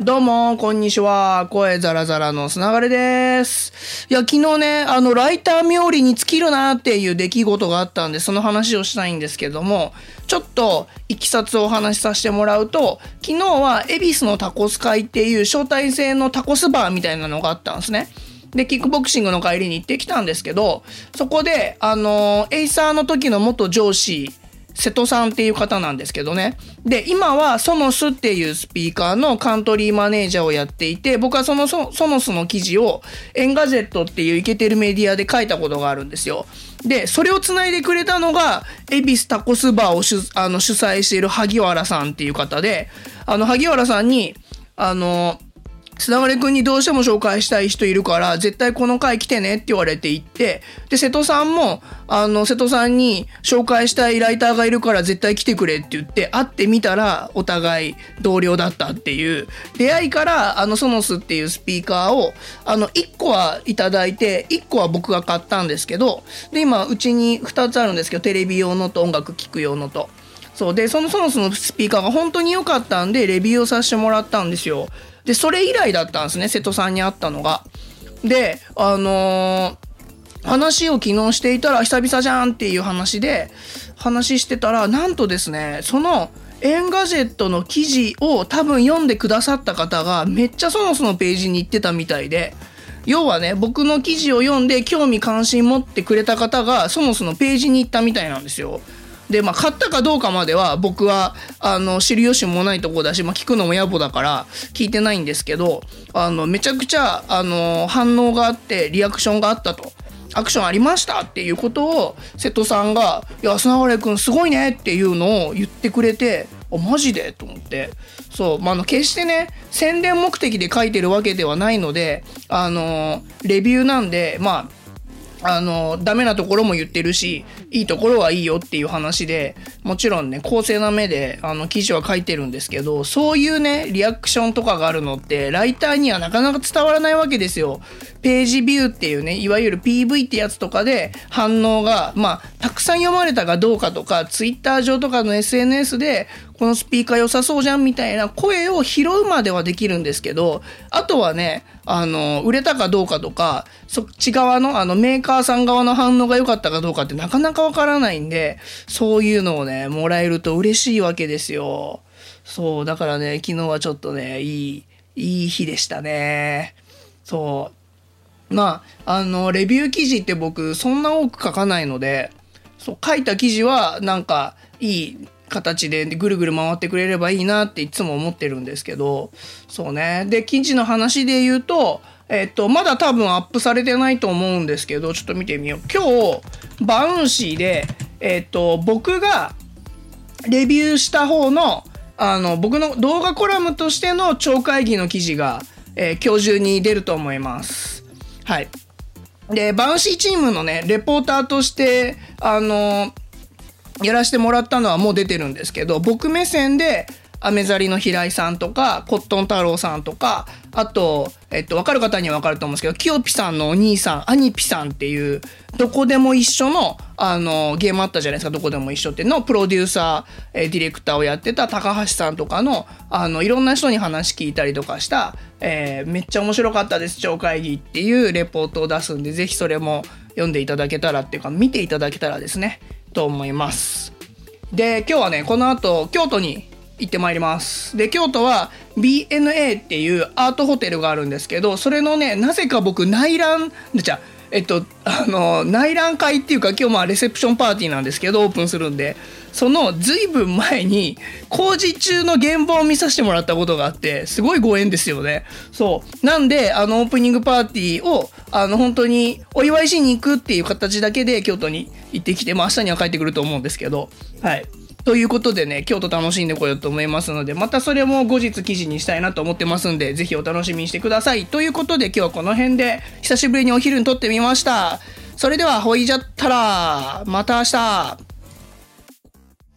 どうも、こんにちは。声ザラザラのつながれです。いや、昨日ね、ライター冥利に尽きるなっていう出来事があったんで、その話をしたいんですけども、ちょっと、いきさつをお話しさせてもらうと、昨日は、恵比寿のタコス会っていう招待制のタコスバーみたいなのがあったんですね。で、キックボクシングの帰りに行ってきたんですけど、そこで、エイサーの時の元上司、瀬戸さんっていう方なんですけどね。で、今はソノスっていうスピーカーのカントリーマネージャーをやっていて、僕はそのソノスの記事をエンガジェットっていうイケてるメディアで書いたことがあるんですよ。で、それをつないでくれたのが、恵比寿タコスバーを主催している萩原さんっていう方で、萩原さんに、つながれくんにどうしても紹介したい人いるから絶対この回来てねって言われて行って、で瀬戸さんも瀬戸さんに紹介したいライターがいるから絶対来てくれって言って会ってみたらお互い同僚だったっていう出会いから、ソノスっていうスピーカーを1個はいただいて1個は僕が買ったんですけど、で今うちに2つあるんですけど、テレビ用のと音楽聴く用のと。そうで、そのソノスのスピーカーが本当に良かったんでレビューをさせてもらったんですよ。でそれ以来だったんですね、瀬戸さんに会ったのが。で話を昨日していたら久々じゃんっていう話で話してたら、なんとですね、そのエンガジェットの記事を多分読んでくださった方がめっちゃソノスのページに行ってたみたいで、要はね、僕の記事を読んで興味関心持ってくれた方がソノスのページに行ったみたいなんですよ。で買ったかどうかまでは僕は知る由もないとこだし、聞くのも野暮だから聞いてないんですけど、めちゃくちゃ反応があってリアクションがあったと、アクションありましたっていうことを瀬戸さんが「いや砂原くんすごいね」っていうのを言ってくれて、マジでと思って。そう、決してね宣伝目的で書いてるわけではないので、レビューなんでダメなところも言ってるし、いいところはいいよっていう話で、もちろんね、公正な目で、記事は書いてるんですけど、そういうね、リアクションとかがあるのって、ライターにはなかなか伝わらないわけですよ。ページビューっていうね、いわゆる PV ってやつとかで、反応が、たくさん読まれたかどうかとか、Twitter 上とかの SNS で、このスピーカー良さそうじゃんみたいな声を拾うまではできるんですけど、あとはね、売れたかどうかとか、そっち側のメーカーさん側の反応が良かったかどうかってなかなかわからないんで、そういうのをね、もらえると嬉しいわけですよ。そう、だからね、昨日はちょっとね、いい日でしたね。そう。レビュー記事って僕、そんな多く書かないので、そう、書いた記事はなんか、いい形でぐるぐる回ってくれればいいなっていつも思ってるんですけど、そうね。で、記事の話で言うと、まだ多分アップされてないと思うんですけど、ちょっと見てみよう。今日、バウンシーで、僕がレビューした方の、僕の動画コラムとしての超会議の記事が、今日中に出ると思います。はい。で、バウンシーチームのね、レポーターとして、やらせてもらったのはもう出てるんですけど、僕目線でアメザリの平井さんとかコットン太郎さんとか、あと分かる方には分かると思うんですけど、キヨピさんのお兄さんアニピさんっていうどこでも一緒のゲームあったじゃないですか、どこでも一緒っていうのプロデューサー、ディレクターをやってた高橋さんとかのいろんな人に話聞いたりとかした、めっちゃ面白かったです超会議っていうレポートを出すんで、ぜひそれも読んでいただけたらっていうか見ていただけたらですねと思います。で、今日はね、この後京都に行ってまいります。で、京都は BNA っていうアートホテルがあるんですけど、それのね、なぜか僕内覧会っていうか、今日レセプションパーティーなんですけど、オープンするんで、そのずいぶん前に工事中の現場を見させてもらったことがあって、すごいご縁ですよね。そうなんでオープニングパーティーを本当にお祝いしに行くっていう形だけで京都に行ってきて、明日には帰ってくると思うんですけど、はい、ということでね、京都楽しんでこようと思いますので、またそれも後日記事にしたいなと思ってますんで、ぜひお楽しみにしてください。ということで今日はこの辺で久しぶりにお昼に撮ってみました。それではほいじゃったらまた明日。